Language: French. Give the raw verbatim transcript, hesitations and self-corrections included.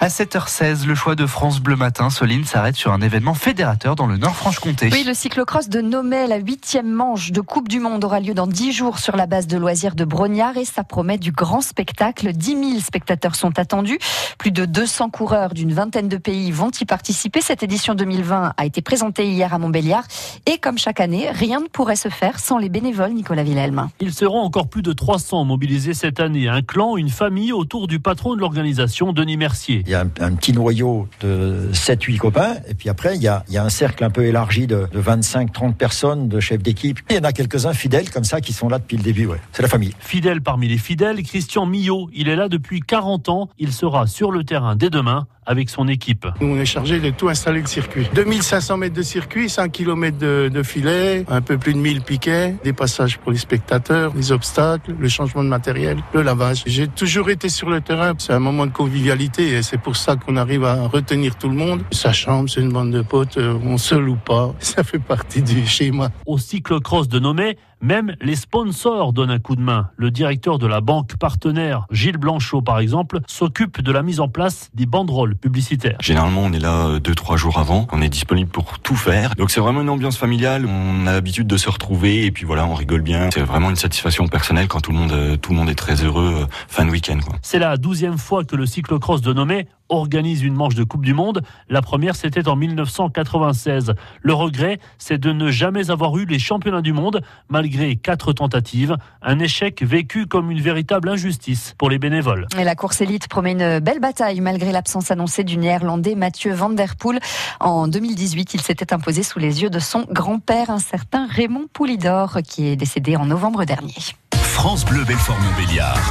À sept heures seize, le choix de France Bleu Matin, Soline s'arrête sur un événement fédérateur dans le Nord-Franche-Comté. Oui, le cyclocross de Nomay, la huitième manche de Coupe du Monde, aura lieu dans dix jours sur la base de loisirs de Brognard et ça promet du grand spectacle. dix mille spectateurs sont attendus. Plus de deux cents coureurs d'une vingtaine de pays vont y participer. Cette édition deux mille vingt a été présentée hier à Montbéliard et comme chaque année, rien ne pourrait se faire sans les bénévoles, Nicolas Villelme. Ils seront encore plus de trois cents mobilisés cette année. Un clan, une famille autour du patron de l'organisation, Denis Mercier. Il y a un, un petit noyau de sept huit copains et puis après il y a, il y a un cercle un peu élargi de, de vingt-cinq trente personnes, de chefs d'équipe. Il y en a quelques-uns fidèles comme ça qui sont là depuis le début. Ouais. C'est la famille. Fidèle parmi les fidèles, Christian Millot. Il est là depuis quarante ans. Il sera sur le terrain dès demain avec son équipe. Nous, on est chargé de tout installer le circuit. deux mille cinq cents mètres de circuit, cinq kilomètres de, de filet, un peu plus de mille piquets, des passages pour les spectateurs, les obstacles, le changement de matériel, le lavage. J'ai toujours été sur le terrain. C'est un moment de convivialité et c'est pour ça qu'on arrive à retenir tout le monde. Sa chambre, c'est une bande de potes, on se loue pas. Ça fait partie du schéma. Au cyclocross de Nomay, même les sponsors donnent un coup de main. Le directeur de la banque partenaire, Gilles Blanchot par exemple, s'occupe de la mise en place des banderoles publicitaires. Généralement, on est là deux, trois jours avant. On est disponible pour tout faire. Donc c'est vraiment une ambiance familiale. On a l'habitude de se retrouver et puis voilà, on rigole bien. C'est vraiment une satisfaction personnelle quand tout le monde, tout le monde est très heureux fin de week-end, quoi. C'est la douzième fois que le cyclocross de Nomay organise une manche de Coupe du Monde. La première, c'était en mille neuf cent quatre-vingt-seize. Le regret, c'est de ne jamais avoir eu les championnats du monde, malgré quatre tentatives. Un échec vécu comme une véritable injustice pour les bénévoles. Et la course élite promet une belle bataille, malgré l'absence annoncée du néerlandais Mathieu van der Poel. En deux mille dix-huit, il s'était imposé sous les yeux de son grand-père, un certain Raymond Poulidor, qui est décédé en novembre dernier. France Bleu Belfort Montbéliard.